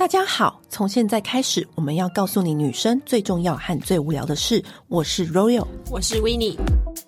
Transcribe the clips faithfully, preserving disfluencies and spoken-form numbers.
大家好，从现在开始，我们要告诉你女生最重要和最无聊的事。我是 Royal， 我是 Winnie。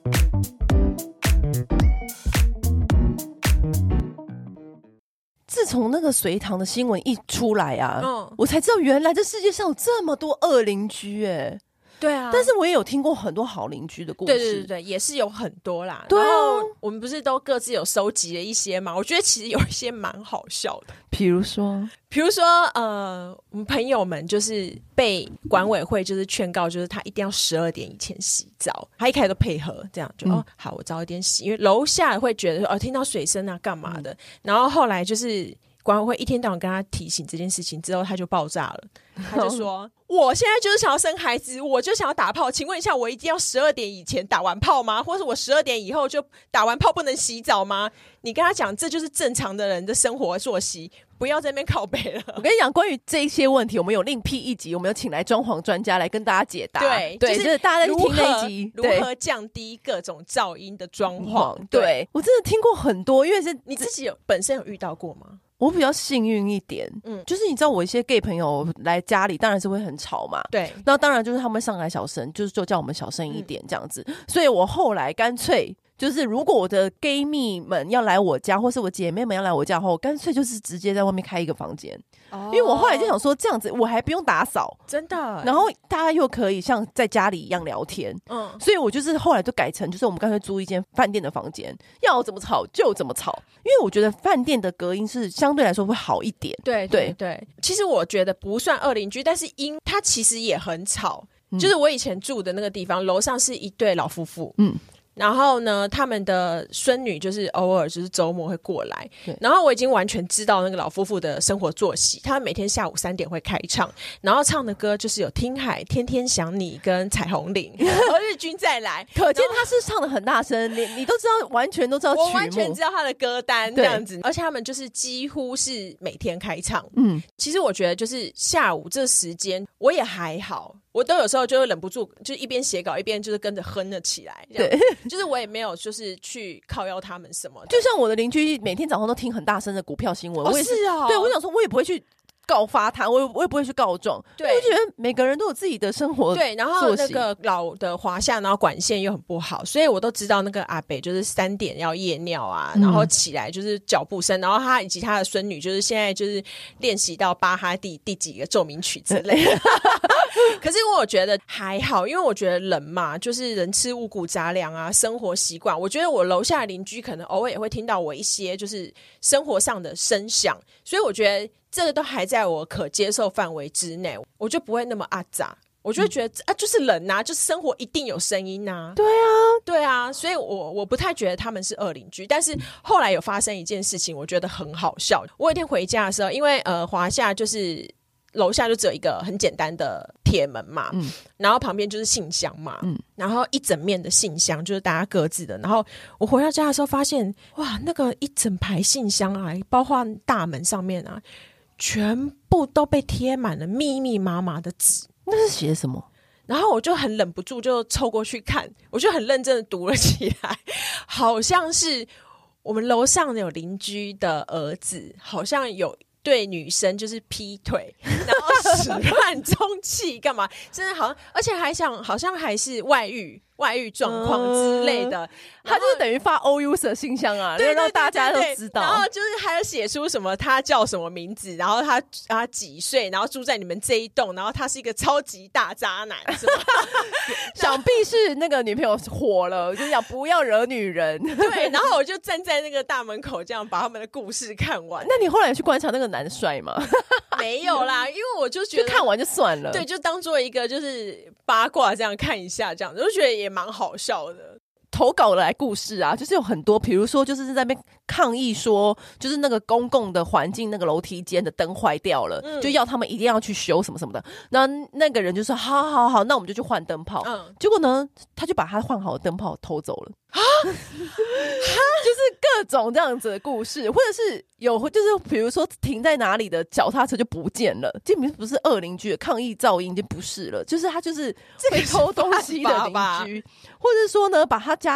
自从那个隋唐的新闻一出来啊， 嗯， 我才知道原来这世界上有这么多恶邻居哎。 对啊， 但是我也有听过很多好邻居的故事。 对对对对，也是有很多啦。 对啊， 然后我们不是都各自有收集了一些嘛？我觉得其实有一些蛮好笑的。 比如说， 比如说，呃，我们朋友们就是被管委会就是劝告，就是他一定要十二点以前洗澡。他一开始都配合，这样就、嗯、哦好，我早一点洗，因为楼下会觉得说哦听到水声啊干嘛的。嗯、然后后来就是管委会一天到晚跟他提醒这件事情之后，他就爆炸了。他就说：“我现在就是想要生孩子，我就想要打炮，请问一下，我一定要十二点以前打完炮吗？或者我十二点以后就打完炮不能洗澡吗？你跟他讲，这就是正常的人的生活作息，不要在那边靠北了。” 我跟你讲，关于这些问题，我们有另辟一集，我们有请来装潢专家来跟大家解答。 对， 对， 就是、 就是大家在听那一集， 如何降低各种噪音的装潢。 对，对我真的听过很多，因为是你自己有本身有遇到过吗？ 我比较幸运一点，嗯，就是你知道我一些 gay 朋友来家里当然是会很吵嘛， 对， 那当然就是他们上来小声，就是就叫我们小声一点这样子，嗯、所以我后来干脆就是如果我的 gay 蜜们要来我家，或是我姐妹们要来我家后，干脆就是直接在外面开一个房间。哦、因为我后来就想说这样子我还不用打扫， 真的， 然后大家又可以像在家里一样聊天，嗯，所以我就是后来就改成就是我们干脆租一间饭店的房间，要怎么吵就怎么吵，因为我觉得饭店的隔音是相对来说会好一点。 对对 对, 对，其实我觉得不算恶邻居，但是因它其实也很吵，嗯、就是我以前住的那个地方楼上是一对老夫妇，嗯。然后呢，他们的孙女就是偶尔就是周末会过来，然后我已经完全知道那个老夫妇的生活作息。他们每天下午三点会开唱，然后唱的歌就是有《听海》《天天想你》跟《彩虹岭》和《日君再来》。 可见他是唱的很大声，你你都知道，完全都知道曲目， 我完全知道他的歌单这样子。而且他们就是几乎是每天开唱。嗯，其实我觉得就是下午这时间我也还好。我都有时候就会忍不住，就一边写稿一边就是跟着哼了起来。对，就是我也没有就是去靠邀他们什么的。 就像我的邻居每天早上都听很大声的股票新闻， 哦、 我也是啊、哦。 对，我想说，我也不会去告发他，我也我也不会去告状。对，我觉得每个人都有自己的生活。 对，然后那个老的华夏，然后管线又很不好，所以我都知道那个阿北就是三点要夜尿啊，然后起来就是脚步声，然后他以及他的孙女就是现在就是练习到巴哈第第几个奏鸣曲之类的。可是我觉得还好，因为我觉得人嘛，就是人吃五谷杂粮啊，生活习惯。我觉得我楼下的邻居可能偶尔也会听到我一些就是生活上的声响，所以我觉得这个都还在我可接受范围之内，我就不会那么阿杂。我就会觉得、嗯、啊，就是人啊，就是生活一定有声音啊。 对啊， 对啊，所以我我不太觉得他们是恶邻居。但是后来有发生一件事情，我觉得很好笑。我有一天回家的时候，因为呃华夏就是楼下就只有一个很简单的铁门嘛，嗯、然后旁边就是信箱嘛，嗯、然后一整面的信箱就是大家各自的。然后我回到家的时候发现，哇，那个一整排信箱啊，包括大门上面啊，全部都被贴满了密密麻麻的纸。 那是写什么？ 然后我就很忍不住就凑过去看，我就很认真的读了起来，好像是我们楼上有邻居的儿子，好像有对女生就是劈腿，然后始乱终弃，干嘛？真的好像，而且还想好像还是外遇。外遇状况之类的、嗯、 他就是等于发 O user 信箱啊，对，让大家都知道。 然后就是还有写出什么他叫什么名字，然后他他几岁，然后住在你们这一栋，然后他是一个超级大渣男是吗？ 想必是那个女朋友火了，就是讲不要惹女人。 对，然后我就站在那个大门口这样把他们的故事看完。 那你后来去观察那个男帅吗？ 没有啦，因为我就觉得就看完就算了， 对，就当做一个就是八卦这样看一下，这样子我就觉得也蛮好笑的。 投稿来故事啊，就是有很多，比如说就是在那边抗议说，就是那个公共的环境那个楼梯间的灯坏掉了、嗯，就要他们一定要去修什么什么的。那那个人就说好好好，那我们就去换灯泡、嗯。结果呢，他就把他换好的灯泡偷走了。啊，就是各种这样子的故事，或者是有，就是比如说停在哪里的脚踏车就不见了，这不是恶邻居的抗议噪音，就不是了，就是他就是会偷东西的邻居，或者说呢，把他家里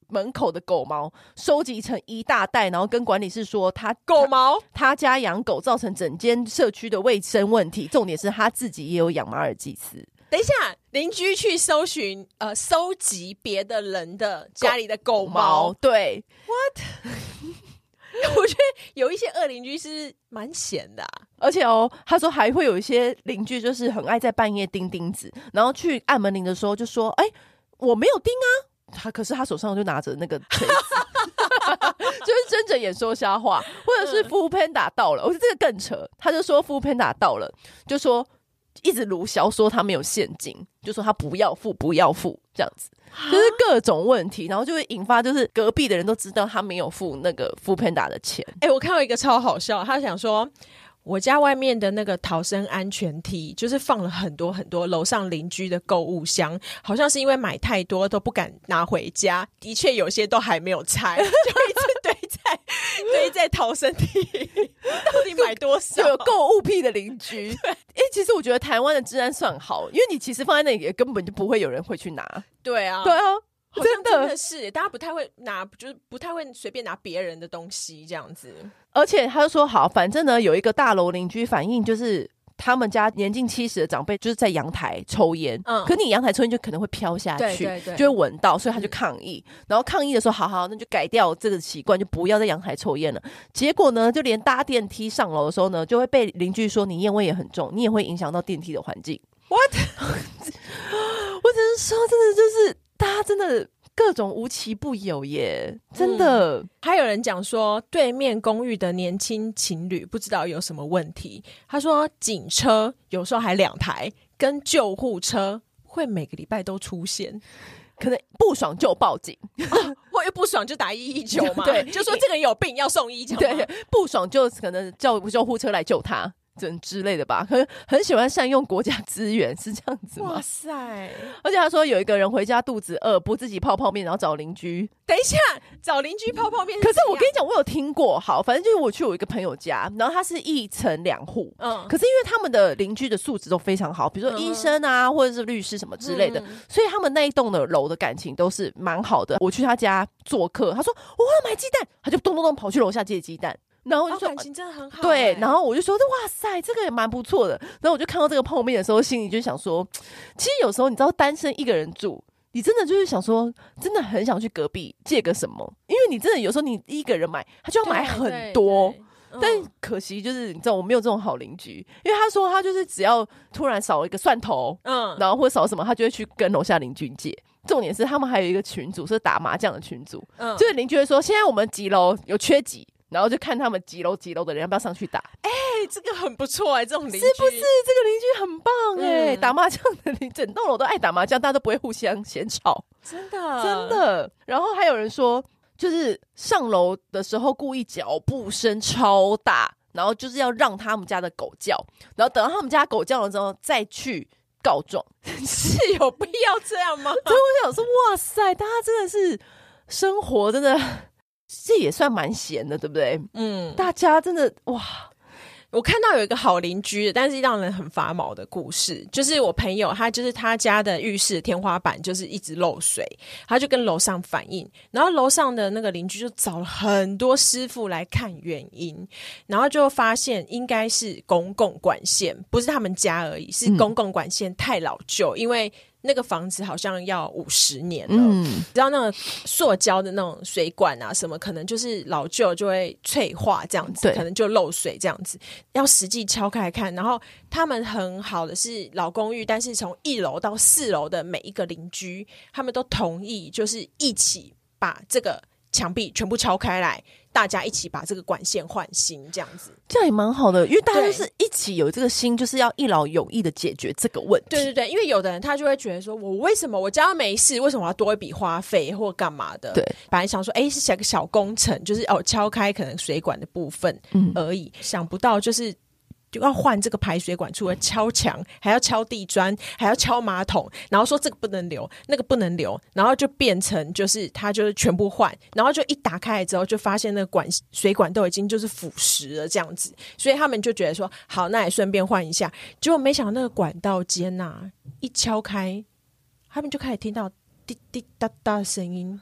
门口的狗毛收集成一大袋，然后跟管理室说他狗毛他家养狗造成整间社区的卫生问题，重点是他自己也有养马尔济斯。 等一下，邻居去搜寻呃收集别的人的家里的狗毛， 狗对 ，what？ 我觉得有一些恶邻居是蛮闲的、啊， 而且哦，他说还会有一些邻居就是很爱在半夜钉钉子，然后去按门铃的时候就说：“哎、欸，我没有钉啊。”他可是他手上就拿着那个锤子，就是睁着眼说瞎话，或者是Foodpanda到了，我、嗯、觉得这个更扯，他就说Foodpanda到了，就说一直卢小说他没有现金，就说他不要付不要付这样子。就是各种问题，然后就会引发，就是隔壁的人都知道他没有付那个Foodpanda的钱。 哎、欸，我看到一个超好笑，他想说，我家外面的那个逃生安全梯，就是放了很多很多楼上邻居的购物箱，好像是因为买太多都不敢拿回家，的确有些都还没有拆，就一直堆在堆在逃生梯，到底买多少？ 就有购物癖的邻居。哎、欸，其实我觉得台湾的治安算好，因为你其实放在那里根本就不会有人会去拿。 对啊， 对啊， 真的真的是大家不太会拿，就是不太会随便拿别人的东西这样子。 而且他就说好，反正呢有一个大楼邻居反映，就是他们家年近七十的长辈就是在阳台抽烟，嗯，可你阳台抽烟就可能会飘下去，对对对，就会闻到，所以他就抗议、嗯、然后抗议的时候，好好那就改掉这个习惯，就不要在阳台抽烟了。结果呢就连搭电梯上楼的时候呢，就会被邻居说你烟味也很重，你也会影响到电梯的环境。What？ 我只是说真的就是大家真的各种无奇不有耶，真的、嗯、 还有人讲说对面公寓的年轻情侣不知道有什么问题，他说警车有时候还两台，跟救护车会每个礼拜都出现， 可能不爽就报警、 啊、或者不爽就打一一九嘛，对，就说这个人有病要送医， 对，不爽就可能叫救护车来救他之类的吧，很很喜欢善用国家资源，是这样子吗？ 哇塞！ 而且他说有一个人回家肚子饿，不自己泡泡面，然后找邻居。 等一下，找邻居泡泡面。 可是我跟你讲，我有听过。好，反正就是我去我一个朋友家，然后他是一层两户，嗯，可是因为他们的邻居的素质都非常好，比如说医生啊，嗯、或者是律师什么之类的、嗯，所以他们那一栋的楼的感情都是蛮好的。我去他家做客，他说我要买鸡蛋，他就咚咚咚跑去楼下借鸡蛋。然后我就说、 哦、感情真的很好、欸， 对，然后我就说哇塞，这个也蛮不错的。然后我就看到这个泡面的时候，心里就想说，其实有时候你知道，单身一个人住，你真的就是想说，真的很想去隔壁借个什么，因为你真的有时候你一个人买，他就要买很多。但可惜就是你知道我没有这种好邻居，因为他说他就是只要突然少了一个蒜头，嗯，然后或者少什么，他就会去跟楼下邻居借。重点是他们还有一个群组是打麻将的群组，嗯，就是邻居会说现在我们几楼有缺几。然后就看他们几楼几楼的人要不要上去打。 哎、欸，这个很不错哎、欸，这种邻居是不是？这个邻居很棒哎、欸嗯，打麻将的邻整栋楼都爱打麻将，大家都不会互相嫌吵， 真的真的。然后还有人说，就是上楼的时候故意脚步声超大，然后就是要让他们家的狗叫，然后等到他们家狗叫了之后再去告状， 是有必要这样吗？ 所以我想说，哇塞，大家真的是生活真的。这也算蛮闲的，对不对？嗯，大家真的哇！ 我看到有一个好邻居的，但是让人很发毛的故事，就是我朋友他就是他家的浴室天花板就是一直漏水，他就跟楼上反映，然后楼上的那个邻居就找了很多师傅来看原因，然后就发现应该是公共管线，不是他们家而已，是公共管线太老旧，嗯、因为那个房子好像要五十年了，嗯，你知道那个塑胶的那种水管啊什么，可能就是老旧就会脆化这样子，可能就漏水这样子，要实际敲开来看。然后他们很好的是老公寓，但是从一楼到四楼的每一个邻居，他们都同意，就是一起把这个墙壁全部敲开来，大家一起把这个管线换新，这样子， 这样也蛮好的，因为大家就是一起有这个心，就是要一劳永逸的解决这个问题。 对对对，因为有的人他就会觉得说，我为什么我家没事，为什么我要多一笔花费或干嘛的？对，本来想说，哎，是小个小工程，就是哦敲开可能水管的部分而已，嗯、想不到就是。就要换这个排水管，除了敲墙还要敲地砖，还要敲马桶，然后说这个不能留那个不能留，然后就变成就是他就是全部换，然后就一打开来之后就发现那个管水管都已经就是腐蚀了这样子，所以他们就觉得说好，那也顺便换一下，结果没想到那个管道间啊一敲开，他们就开始听到滴滴答答的声音。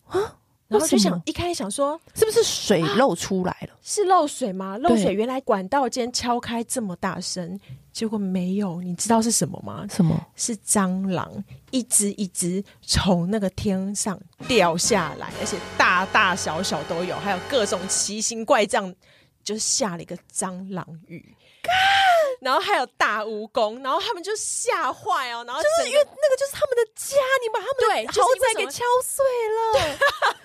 啊。 然后就想一开始想说是不是水漏出来了、啊、 是漏水吗？漏水原来管道间敲开这么大声，结果没有。你知道是什么吗？ 什么？是蟑螂，一只一只从那个天上掉下来，而且大大小小都有，还有各种奇形怪状，就下了一个蟑螂雨。然后还有大蜈蚣，然后他们就吓坏哦，然后就是因为那个就是他们的家，你把他们的豪宅给敲碎了。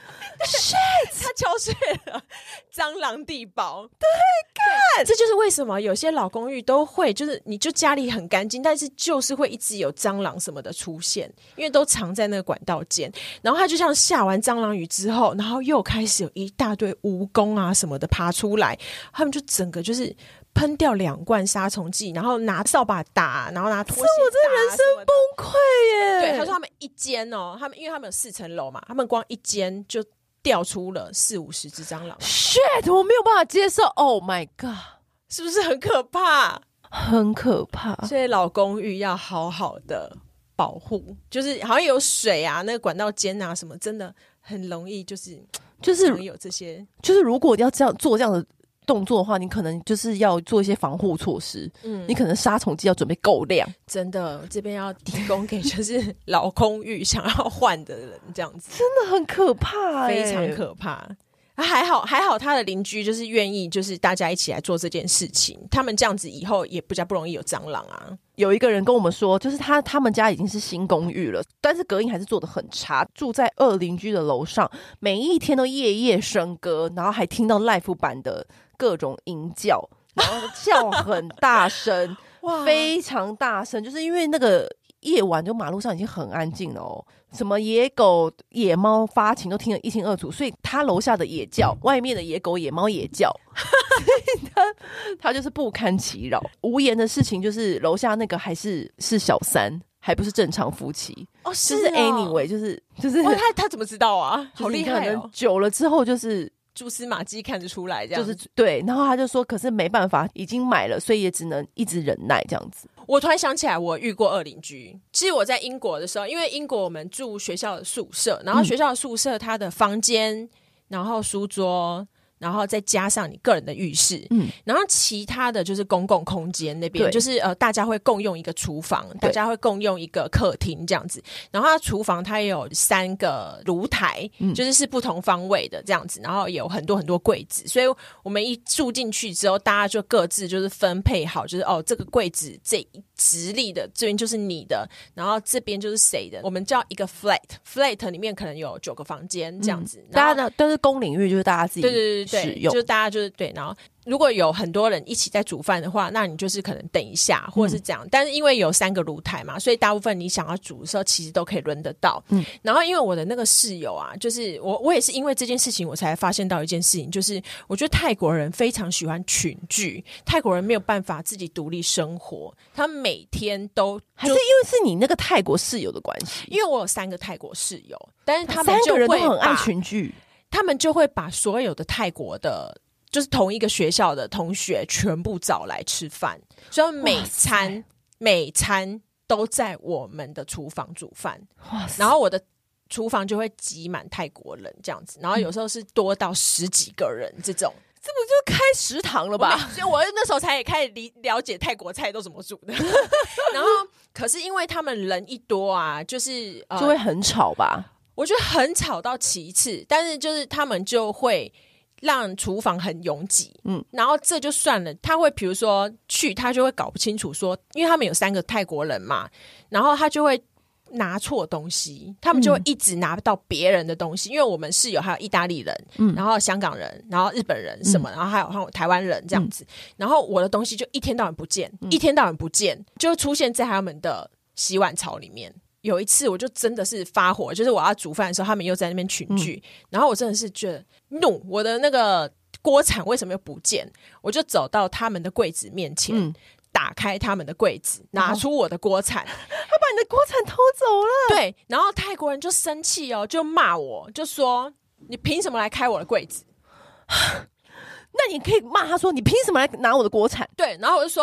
shit， 他敲碎了蟑螂地堡。 对，干， 这就是为什么有些老公寓都会，就是你就家里很干净，但是就是会一直有蟑螂什么的出现，因为都藏在那个管道间。然后他就像下完蟑螂雨之后，然后又开始有一大堆蜈蚣啊什么的爬出来，他们就整个就是喷掉两罐杀虫剂，然后拿扫把打，然后拿拖鞋打。 我真的人生崩溃耶！ 对，他说他们一间哦，他们因为他们有四层楼嘛，他们光一间就掉出了四五十只蟑螂。 shit， 我没有办法接受。Oh my god， 是不是很可怕？ 很可怕。 所以老公寓要好好的保护，就是好像有水啊，那个管道间啊什么，真的很容易就是就是有这些， 就是如果要这样做这样的动作的话，你可能就是要做一些防护措施。嗯，你可能杀虫剂要准备够量。 真的，这边要提供给就是老公寓想要换的人，这样子真的很可怕、欸， 非常可怕。啊、还好还好，他的邻居就是愿意，就是大家一起来做这件事情。他们这样子以后也比较不容易有蟑螂啊。 有一个人跟我们说，就是他他们家已经是新公寓了，但是隔音还是做得很差。住在二邻居的楼上，每一天都夜夜笙歌，然后还听到 live 版的各种吟叫，然后叫很大声，非常大声，就是因为那个夜晚就马路上已经很安静了哦。什么野狗、野猫发情都听得一清二楚，所以他楼下的也叫，外面的野狗、野猫也叫，所以他他就是不堪其扰。无言的事情就是楼下那个还是是小三，还不是正常夫妻哦，是就是 anyway， 就是就是哇，他他怎么知道啊？好厉害哦！ 久了之后就是蛛丝马迹看得出来，这样就是对。然后他就说，可是没办法，已经买了，所以也只能一直忍耐这样子。 我突然想起来，我遇过二邻居。其实我在英国的时候，因为英国我们住学校的宿舍，然后学校的宿舍它的房间，然后书桌，然后再加上你个人的浴室，嗯，然后其他的就是公共空间那边，就是呃大家会共用一个厨房，大家会共用一个客厅这样子。然后它厨房它也有三个炉台，嗯，就是是不同方位的这样子，然后有很多很多柜子，所以我们一住进去之后，大家就各自就是分配好，就是哦这个柜子这一直立的这边就是你的，然后这边就是谁的，我们叫一个 flat flat 里面可能有九个房间这样子， 嗯，大家的都是公领域，就是大家自己对对对对， 使用， 就是大家就是对，然后如果有很多人一起在煮饭的话，那你就是可能等一下或者是这样，嗯，但是因为有三个炉台嘛，所以大部分你想要煮的时候其实都可以轮得到。嗯，然后因为我的那个室友啊，就是我我也是因为这件事情我才发现到一件事情，就是我觉得泰国人非常喜欢群聚，泰国人没有办法自己独立生活，他们每天都还是因为是你那个泰国室友的关系， 因为我有三个泰国室友，但是他们就会三个人都很爱群聚， 他们就会把所有的泰国的就是同一个学校的同学全部找来吃饭，所以每餐每餐都在我们的厨房煮饭，然后我的厨房就会挤满泰国人这样子，然后有时候是多到十几个人这种， 嗯，这不就开食堂了吧？ 所以我那时候才也开始了解泰国菜都怎么煮的。然后可是因为他们人一多啊，就是、呃、 就会很吵吧， 我觉得很吵到其次，但是就是他们就会让厨房很拥挤，嗯，然后这就算了，他会比如说去，他就会搞不清楚说，因为他们有三个泰国人嘛，然后他就会拿错东西，他们就会一直拿到别人的东西，嗯，因为我们室友还有意大利人，嗯，然后香港人，然后日本人什么，嗯，然后还有还有台湾人这样子，嗯，然后我的东西就一天到晚不见，嗯，一天到晚不见，就出现在他们的洗碗槽里面。有一次我就真的是发火，就是我要煮饭的时候他们又在那边群聚，嗯，然后我真的是觉得怒，我的那个锅铲为什么又不见，我就走到他们的柜子面前，嗯，打开他们的柜子，拿出我的锅铲，他把你的锅铲偷走了。 对，然后泰国人就生气哦，就骂我，就说你凭什么来开我的柜子？ 那你可以骂他说你凭什么来拿我的锅铲？ 对，然后我就说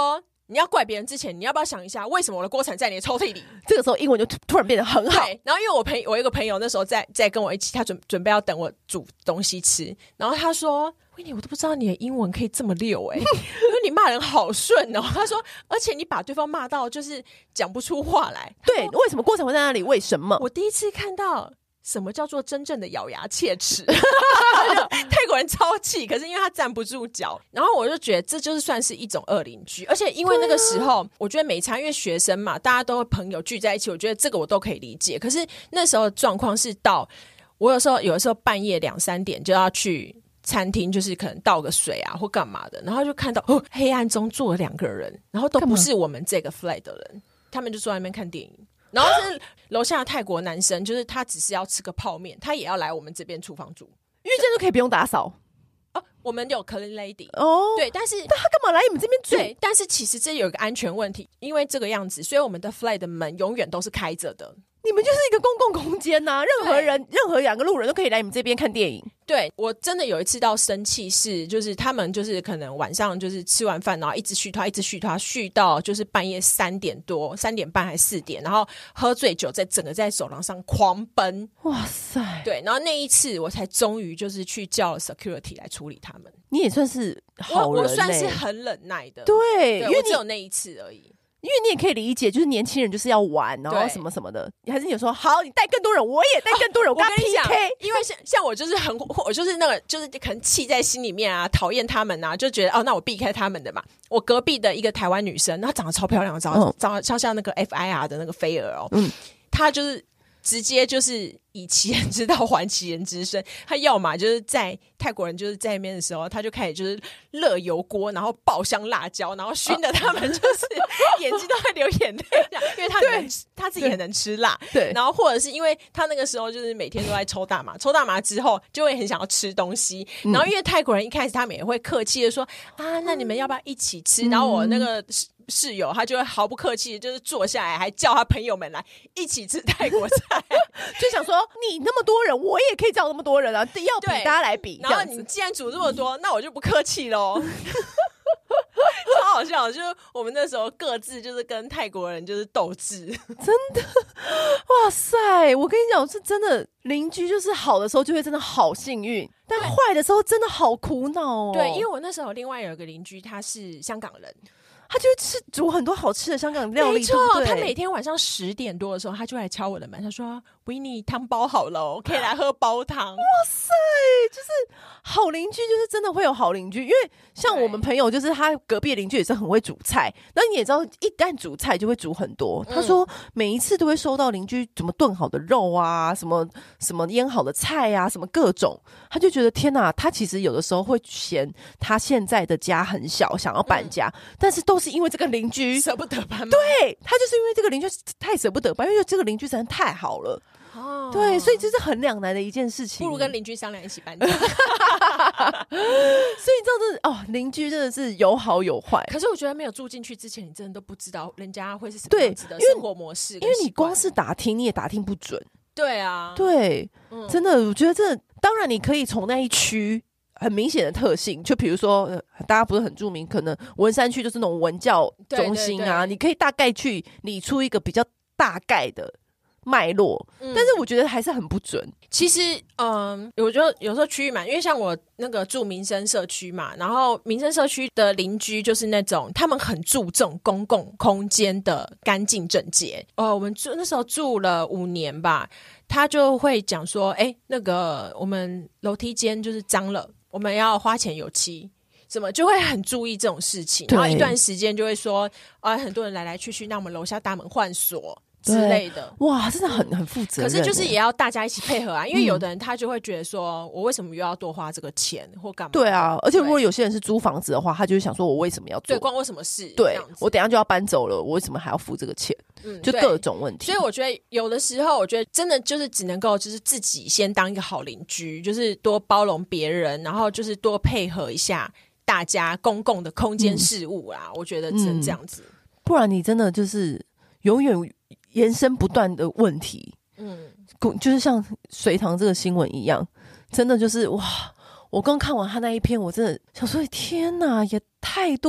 你要怪别人之前，你要不要想一下，为什么我的锅铲在你的抽屉里？ 这个时候英文就突然变得很好。 对，然后因为我朋友，我有一个朋友那时候在在跟我一起，他准准备要等我煮东西吃，然后他说：“威尼，我都不知道你的英文可以这么溜哎、欸，因为你骂人好顺哦。”他说：“而且你把对方骂到就是讲不出话来。” 对，为什么锅铲会在那里？为什么？ 我第一次看到什么叫做真正的咬牙切齿。泰国人超气，可是因为他站不住脚，然后我就觉得这就是算是一种恶邻居。而且因为那个时候、啊、我觉得没差，因为学生嘛，大家都朋友聚在一起，我觉得这个我都可以理解。可是那时候的状况是到我有时候有的时候半夜两三点就要去餐厅，就是可能倒个水啊或干嘛的，然后就看到、哦、黑暗中坐了两个人，然后都不是我们这个 flat 的人，他们就坐在那边看电影。然后是楼下的泰国男生，就是他只是要吃个泡面，他也要来我们这边厨房煮， 因为这样就可以不用打扫哦。我们有 clean lady 哦， 对，但是但他干嘛来你们这边煮？ 对，但是其实这有一个安全问题，因为这个样子，所以我们的 flat 的门永远都是开着的。 你们就是一个公共空间呐、啊，任何人、任何两个路人都可以来你们这边看电影。 对，我真的有一次到生气是，就是他们就是可能晚上就是吃完饭，然后一直续他，一直续他，续到就是半夜三点多、三点半还四点，然后喝醉酒，在整个在走廊上狂奔。 哇塞！ 对，然后那一次我才终于就是去叫了 security 来处理他们。 你也算是好人、欸， 我我算是很忍耐的， 对， 对因为我只有那一次而已。 因为你也可以理解，就是年轻人就是要玩，然后什么什么的。还是你说好，你带更多人，我也带更多人， 哦、 我跟他 P K。 因为像像我就是很，我就是那个就是可能气在心里面啊，讨厌他们啊，就觉得哦，那我避开他们的嘛。我隔壁的一个台湾女生，她长得超漂亮，长得、嗯、长得超像那个 F I R 的那个菲儿哦，嗯，她就是直接就是以其人之道还其人之身。他要嘛就是在泰国人就是在那边的时候，他就开始就是热油锅，然后爆香辣椒，然后熏得他们就是眼睛都在流眼泪，因为他能他自己很能吃辣，对。然后或者是因为他那个时候就是每天都在抽大麻，抽大麻之后就会很想要吃东西，然后因为泰国人一开始他们也会客气的说啊，那你们要不要一起吃？然后我那个室友他就会毫不客气，就是坐下来还叫他朋友们来一起吃泰国菜， 就想说你那么多人，我也可以叫那么多人啊，要比大家来比。 然后你既然煮这么多，那我就不客气咯。超好笑，就是我们那时候各自就是跟泰国人就是斗智， 真的，哇塞！我跟你讲，是真的，邻居就是好的时候就会真的好幸运，但坏的时候真的好苦恼哦。 对，因为我那时候另外有一个邻居，他是香港人。 他就会吃煮很多好吃的香港料理， 没错，他每天晚上十点多的时候，他就来敲我的门，他说：“维尼，汤包好了哦，可以来喝煲汤。”哇塞，就是好邻居，就是真的会有好邻居。因为像我们朋友，就是他隔壁的邻居也是很会煮菜，那你也知道，一旦煮菜就会煮很多。他说每一次都会收到邻居怎么炖好的肉啊，什么什么腌好的菜啊，什么各种，他就觉得天哪，他其实有的时候会嫌他现在的家很小，想要搬家，嗯、但是都是因为这个邻居舍不得搬， 对，他就是因为这个邻居太舍不得搬，因为这个邻居实在太好了。哦，对，所以这是很两难的一件事情， 不如跟邻居商量一起搬家。所以你知道这是哦，邻居真的是有好有坏。 可是我觉得没有住进去之前，你真的都不知道人家会是什么样子的生活模式， 因为你光是打听你也打听不准。 对啊， 对，嗯、真的，我觉得这当然你可以从那一区。很明显的特性，就比如说、呃、大家不是很著名，可能文山区就是那种文教中心啊，对对对，你可以大概去理出一个比较大概的脉络、嗯、但是我觉得还是很不准。 其实嗯，我觉得有时候区域嘛，因为像我那个住民生社区嘛，然后民生社区的邻居就是那种他们很注重公共空间的干净整洁。哦，我们住那时候住了五年吧，他就会讲说，哎，那个我们楼梯间就是脏了，我们要花钱油漆，怎么就会很注意这种事情。然后一段时间就会说，啊，很多人来来去去，那我们楼下大门换锁之类的。 哇，真的很很负责任。 可是就是也要大家一起配合啊，因为有的人他就会觉得说，我为什么又要多花这个钱或干嘛？ 对啊，而且如果有些人是租房子的话，他就会想说，我为什么要做？ 对，关我什么事？ 对，我等一下就要搬走了，我为什么还要付这个钱？嗯，就各种问题。 所以我觉得有的时候，我觉得真的就是只能够就是自己先当一个好邻居，就是多包容别人，然后就是多配合一下大家公共的空间事务啦。嗯、我觉得只能这样子、嗯， 不然你真的就是永远延伸不断的问题。嗯，就是像隋棠这个新闻一样，真的就是哇！我刚看完他那一篇，我真的想说，天哪，也太多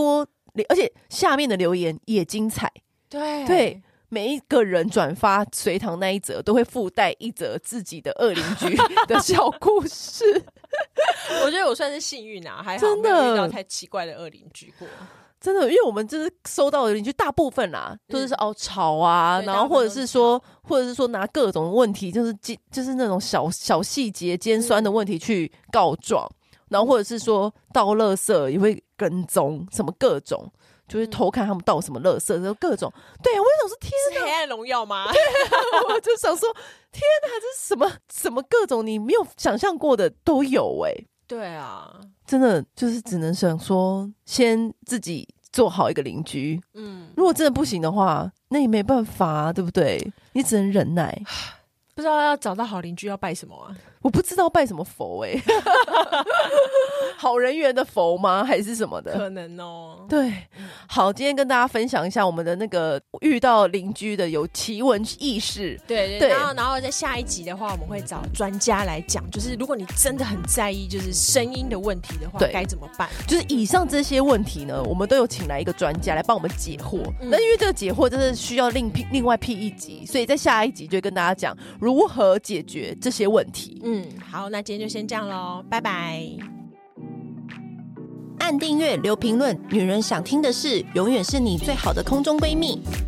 而且下面的留言也精彩。 对对，每一个人转发隋唐那一则都会附带一则自己的恶邻居的小故事。 我觉得我算是幸运啊，还好真的没有遇到太奇怪的恶邻居过。 真的，因为我们就是收到的邻居大部分啦，都、就是哦吵啊，然后或者是说，或者是说拿各种问题，就是就是那种小小细节尖酸的问题去告状，嗯、然后或者是说倒垃圾也会跟踪，什么各种。就是偷看他们倒什么垃圾，然后各种，对啊，我就想说天哪， 是黑暗荣耀吗？ 对啊，我就想说天哪，这是什么什么各种你没有想象过的都有哎、欸。 对啊， 真的就是只能想说，先自己做好一个邻居。嗯，如果真的不行的话，那也没办法啊，对不对？你只能忍耐。 不知道要找到好邻居要拜什么啊？ 我不知道拜什么佛哎、欸，好人缘的佛吗？还是什么的？ 可能哦。 对，好，今天跟大家分享一下我们的那个遇到邻居的有奇闻异事。 对 对, 对，然后然后在下一集的话，我们会找专家来讲，就是如果你真的很在意就是声音的问题的话，该怎么办？ 就是以上这些问题呢，我们都有请来一个专家来帮我们解惑。嗯、那因为这个解惑真的需要另另外辟一集，所以在下一集就会跟大家讲如何解决这些问题。 嗯，好，那今天就先这样咯，拜拜。 按订阅，留评论，女人想听的事，永远是你最好的空中闺蜜。